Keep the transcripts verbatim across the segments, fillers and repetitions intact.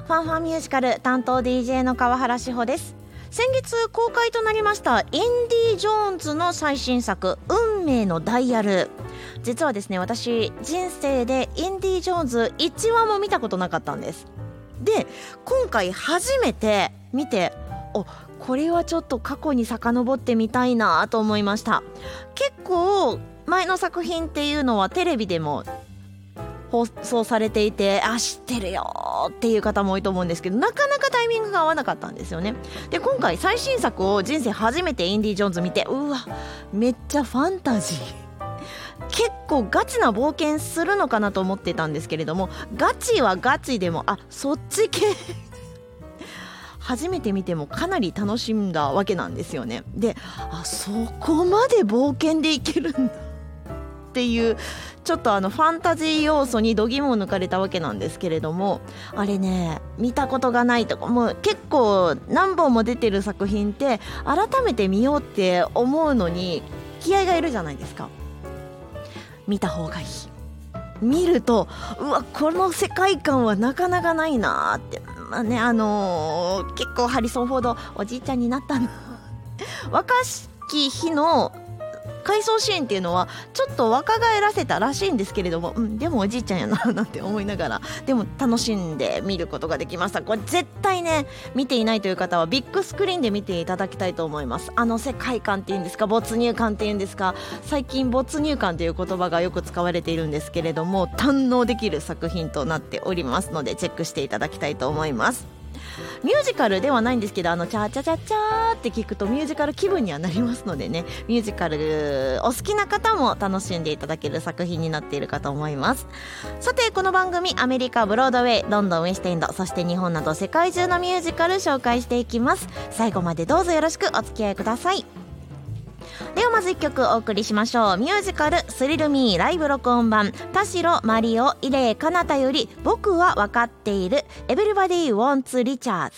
ファンファンミュージカル担当 ディージェー の川原志保です。先月公開となりましたインディ・ジョーンズの最新作運命のダイヤル。実はですね、私人生でインディ・ジョーンズいちわも見たことなかったんです。で今回初めて見て、おこれはちょっと過去に遡ってみたいなと思いました。結構前の作品っていうのはテレビでも放送されていて、あ知ってるよっていう方も多いと思うんですけど、なかなかタイミングが合わなかったんですよね。で今回最新作を人生初めてインディ・ジョーンズ見て、うわめっちゃファンタジー結構ガチな冒険するのかなと思ってたんですけれども、ガチはガチでもあそっち系初めて見てもかなり楽しんだわけなんですよね。であそこまで冒険でいけるんだっていうちょっとあのファンタジー要素に度肝を抜かれたわけなんですけれども、あれね見たことがないとか、もう結構何本も出てる作品って改めて見ようって思うのに気合がいるじゃないですか。見た方がいい。見るとうわこの世界観はなかなかないなって、まあねあのー、結構ハリソン・フォードおじいちゃんになったな若しき日の回想シーンっていうのはちょっと若返らせたらしいんですけれども、うん、でもおじいちゃんやななんて思いながらでも楽しんで見ることができました。これ絶対ね見ていないという方はビッグスクリーンで見ていただきたいと思います。あの世界観っていうんですか、没入感っていうんですか、最近没入感という言葉がよく使われているんですけれども、堪能できる作品となっておりますのでチェックしていただきたいと思います。ミュージカルではないんですけど、あのチャチャチャチャーって聞くとミュージカル気分にはなりますのでね、ミュージカルお好きな方も楽しんでいただける作品になっているかと思います。さてこの番組アメリカブロードウェイ、ロンドンウェストエンド、そして日本など世界中のミュージカル紹介していきます。最後までどうぞよろしくお付き合いください。ではまずいっきょくお送りしましょう。ミュージカルスリルミーライブ録音版、田代マリオイレイカナタより僕は分かっている Everybody Wants Richards。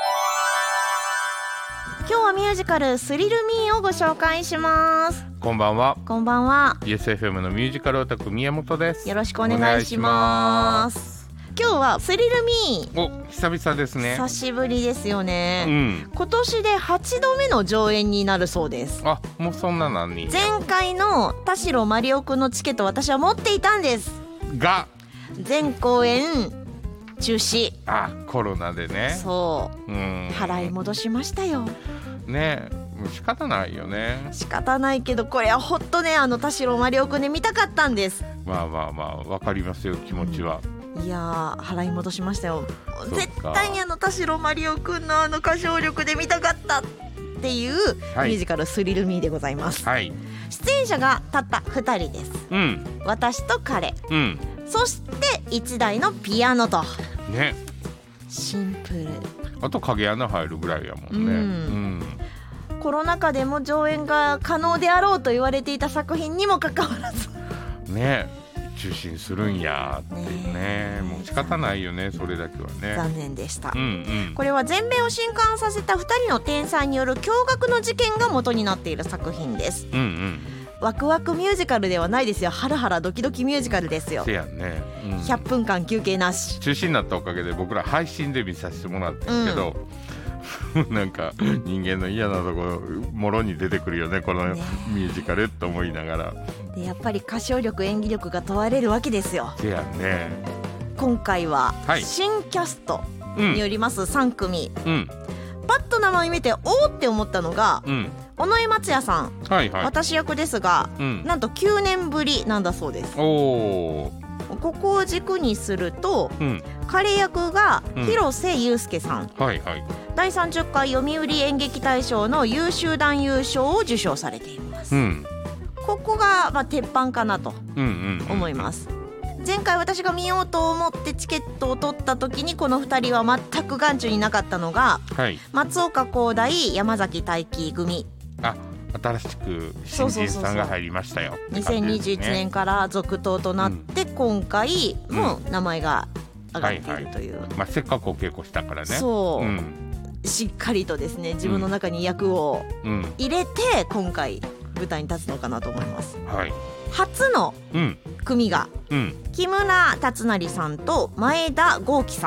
今日はミュージカルスリルミーをご紹介します。 こんばんは。 こんばんは。 イーエスエフエム のミュージカルオタク宮本です。 よろしくお願いします。今日はスリルミー、 お久々ですね。 久しぶりですよね、 うん、 今年ではちどめの上演になるそうです。 あもうそんななんに。 前回の田代マリオくんのチケット私は持っていたんですが全公演中止。 あコロナでね。 そう、 うん、 払い戻しましたよね。もう仕方ないよね。 仕方ないけどこれはほっとね、あの田代マリオくんで見たかったんです。 まあまあまあわかりますよ気持ちは、 うん、いや払い戻しましたよ。絶対にあの田代マリオくんのあの歌唱力で見たかったっていうミュージカルスリルミーでございます、はい、出演者がたったふたりです、 うん、 私と彼、 うん、 そしていちだいのピアノとね。 シンプル。 あと影穴入るぐらいやもんね、うんうん、コロナ禍でも上演が可能であろうと言われていた作品にもかかわらずね中止するんやっていうね。もう仕方ないよねそれだけはね。 残念でした、 うんうん、 これは全米を震撼させたふたりの天才による驚愕の事件が元になっている作品です、 うんうん、 ワクワクミュージカルではないですよ。ハラハラドキドキミュージカルですよ。 せやんね、うん、 ひゃっぷんかん休憩なし。 中止になったおかげで僕ら配信で見させてもらったんですけど、うん、なんか人間の嫌なところもろに出てくるよねこのミュージカルと思いながら、 でやっぱり歌唱力演技力が問われるわけですよ。 せやんね。 今回は新キャストによりますさんくみ、うん、パッと名前見ておーって思ったのが、うん、尾上松也さん、はいはい、私役ですが、うん、なんときゅうねんぶりなんだそうです。おー。ここを軸にすると、うん、彼役が広瀬優介さん、うんはいはい、だいさんじゅっかい読売演劇大賞の優秀男優賞を受賞されています、うん、ここが、まあ、鉄板かなと思います、うんうんうん、前回私が見ようと思ってチケットを取った時にこのふたりは全く眼中になかったのが、はい、松岡広大山崎大輝組。あ新しく新人さんが入りましたよ。 にせんにじゅういちねんから続投となって、うん、今回も名前が上がっているという、 はいはい、まあ、せっかくお稽古したからね。 そう、うん、しっかりとですね自分の中に役を入れて今回舞台に立つのかなと思います、はい、初の組が、うん、木村達成さんと前田豪輝さん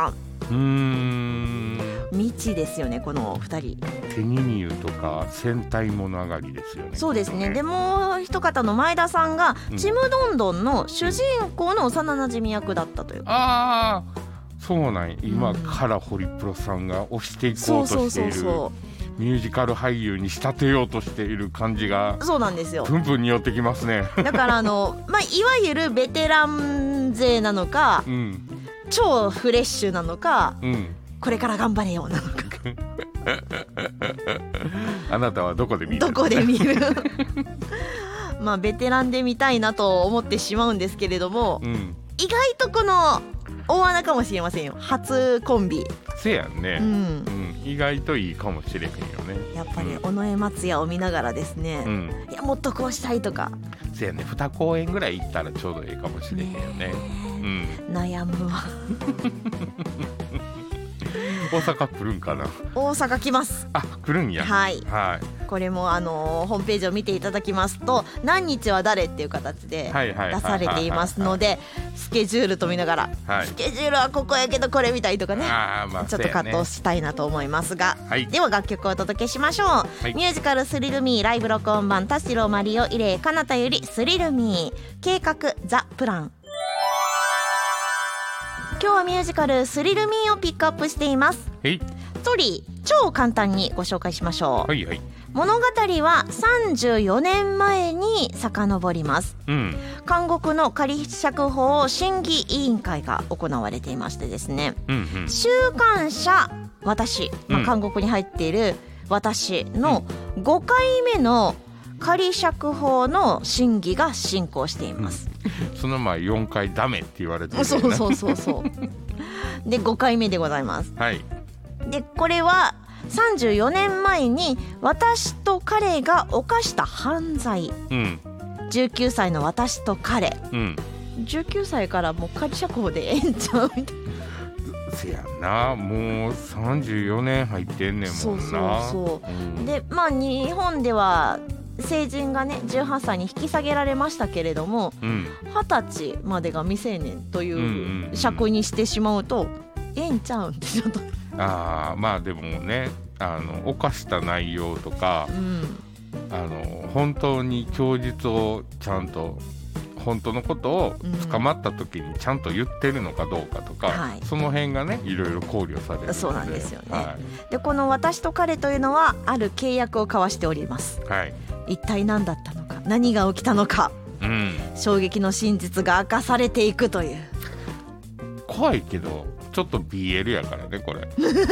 うーん未知ですよねこのふたり。 テニミユとか戦隊物上がりですよね。 そうですね。 きっとでもう一方の前田さんが、 うんちむどんどんの主人公の幼馴染役だったという。 ああそうなんや今うんからホリプロさんが押していこそううそうとしているそうそミュージカル俳優に仕立てようとしている感じがうそうなんですよ。 プンプンに寄ってきますねだからあの、まあ、いわゆるベテラン勢なのかうん超フレッシュなのかうんこれから頑張れよなのかあなたはどこで見るどこで見るまあベテランで見たいなと思ってしまうんですけれども、 うん意外とこの大穴かもしれませんよ初コンビ、 せやんね、 うん、 うん、意外といいかもしれへんよね。 やっぱり尾上松也を見ながらですね、 うんいやもっとこうしたいとかせやねに公演ぐらい行ったらちょうどいいかもしれへんよね。うん悩むわ大阪来るんかな。 大阪来ます。 あ来るんや。 はいはいこれもあのーホームページを見ていただきますと何日は誰っていう形ではいはいはい出されていますのでスケジュールと見ながら、 はいスケジュールはここやけどこれみたいとかねあーまあちょっと葛藤したいなと思いますが、 はいでは楽曲をお届けしましょう、 はいミュージカルスリルミーライブ録音版田代マリオイレイカナタよりスリルミー計画ザプラン。今日はミュージカルスリルミーをピックアップしています。 はいストーリー超簡単にご紹介しましょう、 はいはい物語はさんじゅうよねんまえに遡ります。 うん監獄の仮釈放審議委員会が行われていましてですね、 うんうん週刊誌私、まあ、 うん監獄に入っている私のごかいめの仮釈放の審議が進行しています、 その前よんかいダメって言われてるそうそうそうそうでごかいめでございます。 はいでこれはさんじゅうよねんまえに私と彼が犯した犯罪、 うんじゅうきゅうさいの私と彼、 うんじゅうきゅうさいからもう仮釈放でええんちゃうみたいせやんなもうさんじゅうよねん入ってんねんもんな。 そうそうそううんでまあ日本では成人がねじゅうはっさいに引き下げられましたけれどもうんはたちまでが未成年というんうんううん尺にしてしまうとええんちゃうんってちょっとあーまあでもねあの犯した内容とかうんあの本当に供述をちゃんと本当のことを捕まった時にちゃんと言ってるのかどうかとか、 はいその辺がねいろいろ考慮されるのでそうなんですよねはでこの私と彼というのはある契約を交わしております。 い、はい一体何だったのか何が起きたのかうん、 衝撃の真実が明かされていくという怖いけどちょっと ビーエル やからねこれ、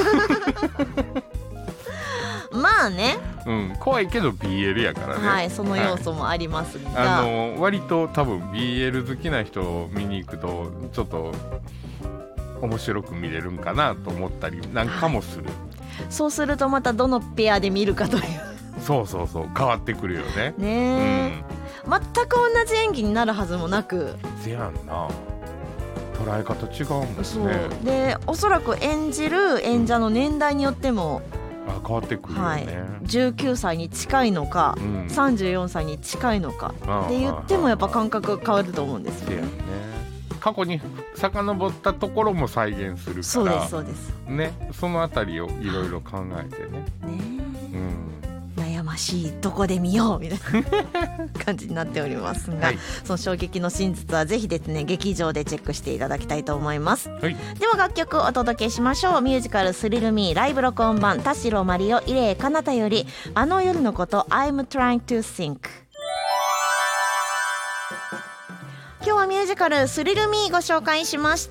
まあね、 うん、怖いけど ビーエル やからね、 はい、その要素もありますが、 あの割と多分 ビーエル 好きな人を見に行くとちょっと面白く見れるんかなと思ったりなんかもする、 そうするとまたどのペアで見るかというそうそうそう変わってくるよね。 ねえ、全く同じ演技になるはずもなく、 せやんな捉え方違うもんね。 そうでおそらく演じる演者の年代によっても、 あ変わってくるよね、 はい、じゅうきゅうさいに近いのか、 うん、 さんじゅうよんさいに近いのかって言ってもやっぱ感覚が変わると思うんですよね。 せやね過去に遡ったところも再現するからそうですそうですね、そのあたりをいろいろ考えてね、 ねうん、 悩ましいどこで見ようみたいな感じになっておりますが、 はいその衝撃の真実はぜひですね劇場でチェックしていただきたいと思います。 はい、 では楽曲をお届けしましょう。ミュージカルスリルミーライブ録音版田代マリオイレイカナタよりあの夜のこと I'm trying to think。今日はミュージカルスリルミーご紹介しました。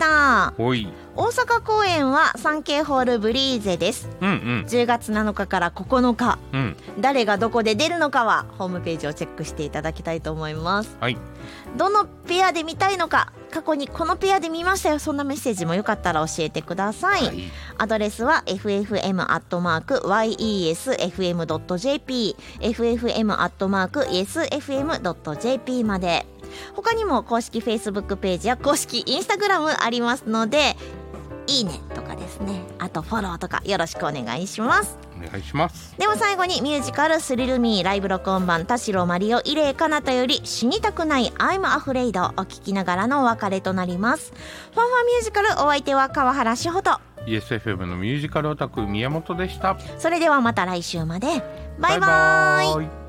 おい、 大阪公演は サンケー ホールブリーゼです。 うんうんじゅうがつなのかからここのか、 うん、 誰がどこで出るのかはホームページをチェックしていただきたいと思います。 はい、 どのペアで見たいのか、過去にこのペアで見ましたよ、そんなメッセージもよかったら教えてください、 はい、 アドレスは エフエフエム アットマーク ワイイーエスエフエム ドット ジェーピー エフエフエム アットマーク イーエスエフエム ドット ジェーピー まで。他にも公式 Facebook ページや公式 Instagram ありますので、いいねとかですね、あとフォローとかよろしくお願いします。 お願いします。 では最後にミュージカルスリルミーライブ録音版田代マリオイレイカナタより死にたくない I'm Afraid お聞きながらのお別れとなります。ファンファンミュージカルお相手は川原志穂とイエスエフエム のミュージカルオタク宮本でした。 それではまた来週まで。バイバイ。 バイバイ。